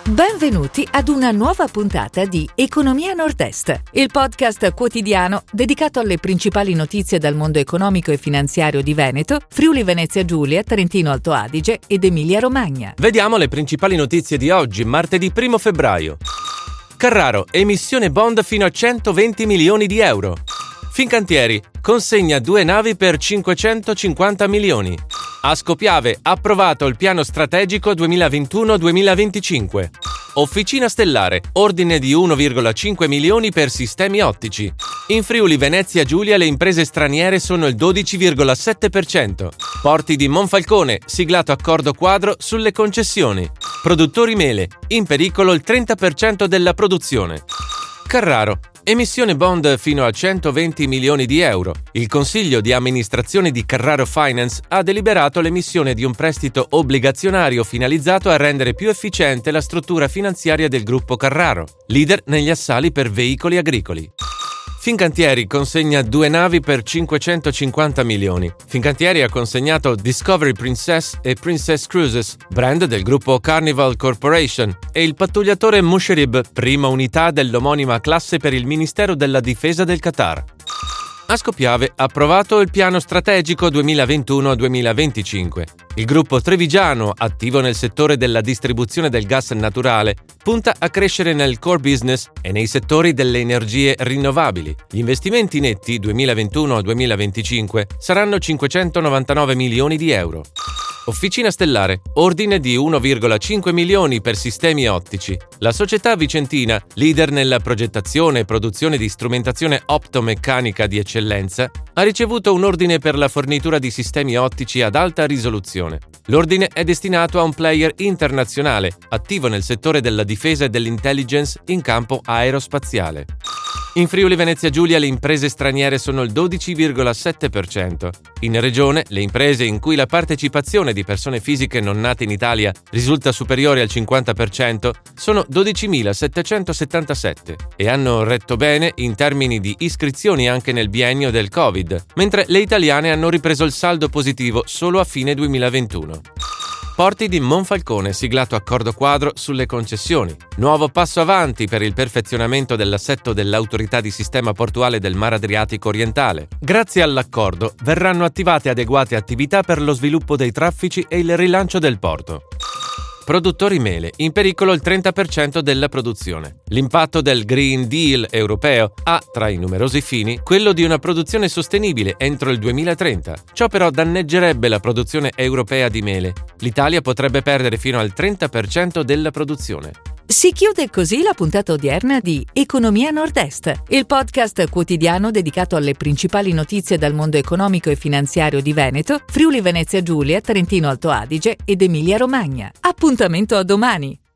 Benvenuti ad una nuova puntata di Economia Nord-Est, il podcast quotidiano dedicato alle principali notizie dal mondo economico e finanziario di Veneto, Friuli Venezia Giulia, Trentino Alto Adige ed Emilia Romagna. Vediamo le principali notizie di oggi, martedì 1 febbraio. Carraro, emissione bond fino a 120 milioni di euro. Fincantieri, consegna 2 navi per 550 milioni. Ascopiave, approvato il piano strategico 2021-2025. Officina Stellare, ordine di 1,5 milioni per sistemi ottici. In Friuli Venezia Giulia le imprese straniere sono il 12,7%. Porti di Monfalcone, siglato accordo quadro sulle concessioni. Produttori mele, in pericolo il 30% della produzione. Carraro, emissione bond fino a 120 milioni di euro. Il consiglio di amministrazione di Carraro Finance ha deliberato l'emissione di un prestito obbligazionario finalizzato a rendere più efficiente la struttura finanziaria del gruppo Carraro, leader negli assali per veicoli agricoli. Fincantieri consegna 2 navi per 550 milioni. Fincantieri ha consegnato Discovery Princess e Princess Cruises, brand del gruppo Carnival Corporation, e il pattugliatore Musharib, prima unità dell'omonima classe per il Ministero della Difesa del Qatar. Ascopiave ha approvato il piano strategico 2021-2025. Il gruppo trevigiano, attivo nel settore della distribuzione del gas naturale, punta a crescere nel core business e nei settori delle energie rinnovabili. Gli investimenti netti 2021-2025 saranno 599 milioni di euro. Officina Stellare, ordine di 1,5 milioni per sistemi ottici. La società vicentina, leader nella progettazione e produzione di strumentazione optomeccanica di eccellenza, ha ricevuto un ordine per la fornitura di sistemi ottici ad alta risoluzione. L'ordine è destinato a un player internazionale, attivo nel settore della difesa e dell'intelligence in campo aerospaziale. In Friuli Venezia Giulia le imprese straniere sono il 12,7%. In regione, le imprese in cui la partecipazione di persone fisiche non nate in Italia risulta superiore al 50% sono 12.777 e hanno retto bene in termini di iscrizioni anche nel biennio del Covid, mentre le italiane hanno ripreso il saldo positivo solo a fine 2021. Porti di Monfalcone, siglato accordo quadro sulle concessioni. Nuovo passo avanti per il perfezionamento dell'assetto dell'autorità di sistema portuale del Mar Adriatico orientale. Grazie all'accordo verranno attivate adeguate attività per lo sviluppo dei traffici e il rilancio del porto. Produttori mele, in pericolo il 30% della produzione. L'impatto del Green Deal europeo ha, tra i numerosi fini, quello di una produzione sostenibile entro il 2030. Ciò però danneggerebbe la produzione europea di mele. L'Italia potrebbe perdere fino al 30% della produzione. Si chiude così la puntata odierna di Economia Nord-Est, il podcast quotidiano dedicato alle principali notizie dal mondo economico e finanziario di Veneto, Friuli Venezia Giulia, Trentino Alto Adige ed Emilia Romagna. Appuntamento a domani!